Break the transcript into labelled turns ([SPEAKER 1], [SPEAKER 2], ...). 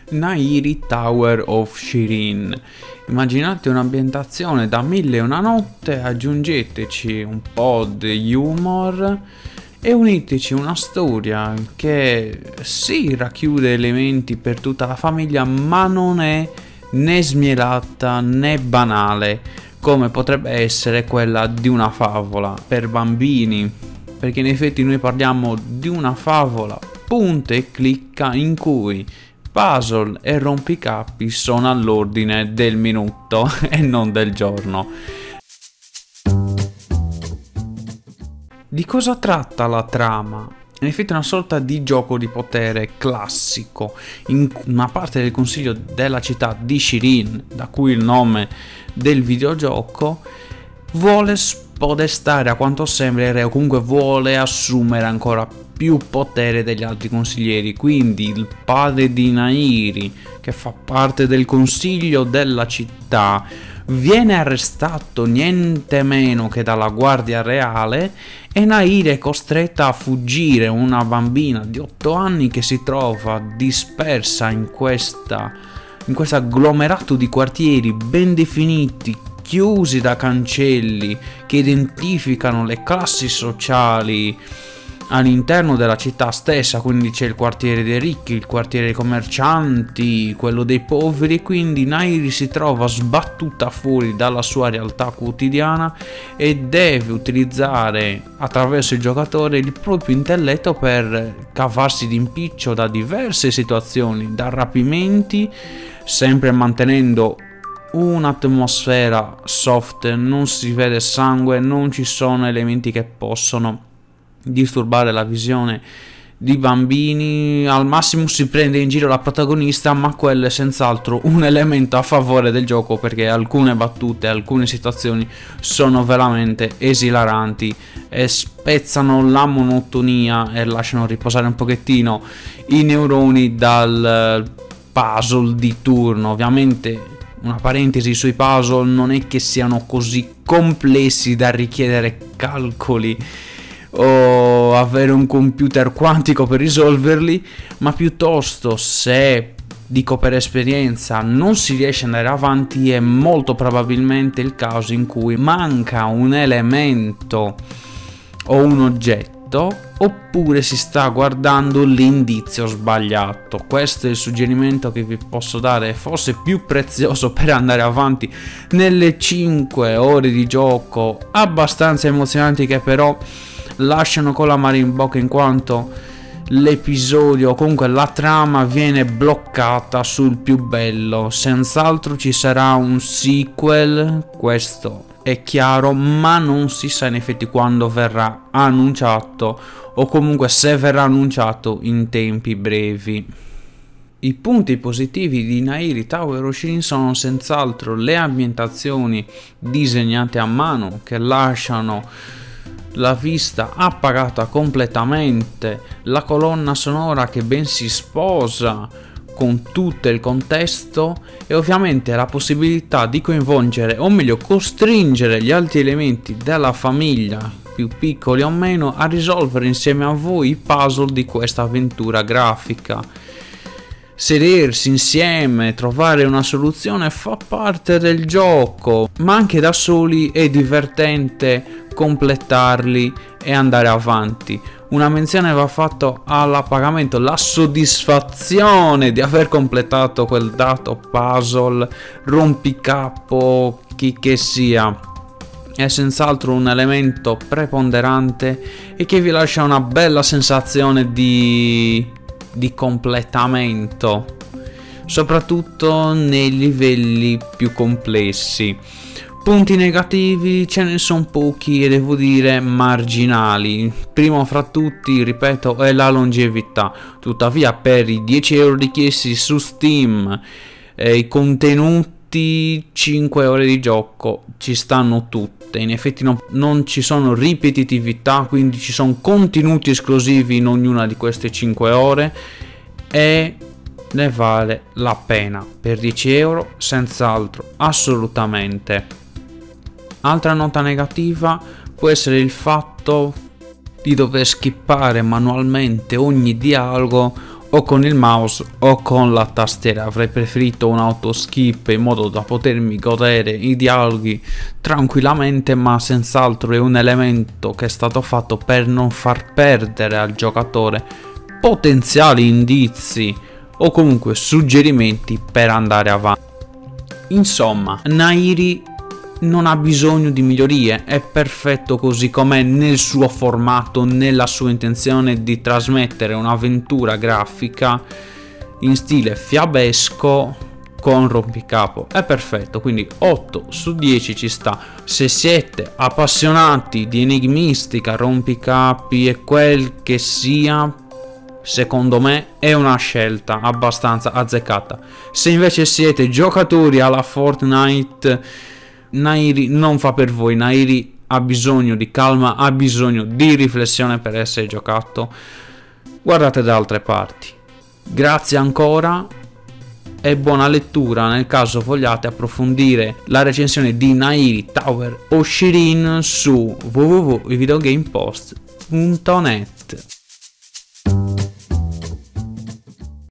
[SPEAKER 1] Nahiri Tower of Shirin. Immaginate un'ambientazione da 1001 notte, aggiungeteci un po' di humor e uniteci una storia che sì racchiude elementi per tutta la famiglia, ma non è né smielata né banale come potrebbe essere quella di una favola per bambini, perché in effetti noi parliamo di una favola punta e clicca in cui puzzle e rompicapi sono all'ordine del minuto e non del giorno. Di cosa tratta la trama? In effetti è una sorta di gioco di potere classico in una parte del consiglio della città di Shirin, da cui il nome del videogioco, vuole spodestare a quanto sembra il re, o comunque vuole assumere ancora più potere degli altri consiglieri. Quindi il padre di Nahiri, che fa parte del consiglio della città, viene arrestato niente meno che dalla guardia reale e Nahiri è costretta a fuggire, una bambina di 8 anni che si trova dispersa in questo agglomerato di quartieri ben definiti, chiusi da cancelli che identificano le classi sociali all'interno della città stessa. Quindi c'è il quartiere dei ricchi, il quartiere dei commercianti, quello dei poveri. Quindi Nahiri si trova sbattuta fuori dalla sua realtà quotidiana e deve utilizzare attraverso il giocatore il proprio intelletto per cavarsi d'impiccio da diverse situazioni, da rapimenti, sempre mantenendo un'atmosfera soft, non si vede sangue, non ci sono elementi che possono disturbare la visione di bambini. Al massimo si prende in giro la protagonista, ma quello è senz'altro un elemento a favore del gioco, perché alcune battute, alcune situazioni sono veramente esilaranti e spezzano la monotonia e lasciano riposare un pochettino i neuroni dal puzzle di turno. Ovviamente una parentesi sui puzzle: non è che siano così complessi da richiedere calcoli o avere un computer quantico per risolverli, ma piuttosto, se dico per esperienza, non si riesce ad andare avanti, è molto probabilmente il caso in cui manca un elemento o un oggetto, oppure si sta guardando l'indizio sbagliato. Questo è il suggerimento che vi posso dare, forse più prezioso per andare avanti nelle 5 ore di gioco abbastanza emozionanti, che però lasciano con l'amaro in bocca, in quanto l'episodio, o comunque la trama, viene bloccata sul più bello. Senz'altro ci sarà un sequel, questo è chiaro, ma non si sa in effetti quando verrà annunciato, o comunque se verrà annunciato in tempi brevi. I punti positivi di Nahiri Tower of Shirin sono senz'altro le ambientazioni disegnate a mano, che lasciano la vista appagata completamente, la colonna sonora che ben si sposa con tutto il contesto, e ovviamente la possibilità di coinvolgere, o meglio costringere, gli altri elementi della famiglia, più piccoli o meno, a risolvere insieme a voi i puzzle di questa avventura grafica. Sedersi insieme, trovare una soluzione fa parte del gioco, ma anche da soli è divertente completarli e andare avanti. Una menzione va fatta all'appagamento, la soddisfazione di aver completato quel dato puzzle, rompicapo, chi che sia. È senz'altro un elemento preponderante e che vi lascia una bella sensazione di completamento, soprattutto nei livelli più complessi. Punti negativi ce ne sono pochi e devo dire marginali. Primo fra tutti, ripeto, è la longevità. Tuttavia, per i 10 euro richiesti su Steam e i contenuti, 5 ore di gioco ci stanno tutte. In effetti non ci sono ripetitività, quindi ci sono contenuti esclusivi in ognuna di queste 5 ore e ne vale la pena. Per 10 euro senz'altro, assolutamente. Altra nota negativa può essere il fatto di dover skippare manualmente ogni dialogo o con il mouse o con la tastiera. Avrei preferito un autoskip in modo da potermi godere i dialoghi tranquillamente, ma senz'altro è un elemento che è stato fatto per non far perdere al giocatore potenziali indizi o comunque suggerimenti per andare avanti. Insomma, Nairi non ha bisogno di migliorie, è perfetto così com'è nel suo formato, nella sua intenzione di trasmettere un'avventura grafica in stile fiabesco con rompicapo. È perfetto, quindi 8 su 10 ci sta. Se siete appassionati di enigmistica, rompicapi e quel che sia, secondo me è una scelta abbastanza azzeccata. Se invece siete giocatori alla Fortnite, Nairi non fa per voi. Nairi ha bisogno di calma, ha bisogno di riflessione per essere giocato. Guardate da altre parti. Grazie ancora e buona lettura nel caso vogliate approfondire la recensione di Nairi Tower of Shirin su www.videogamepost.net.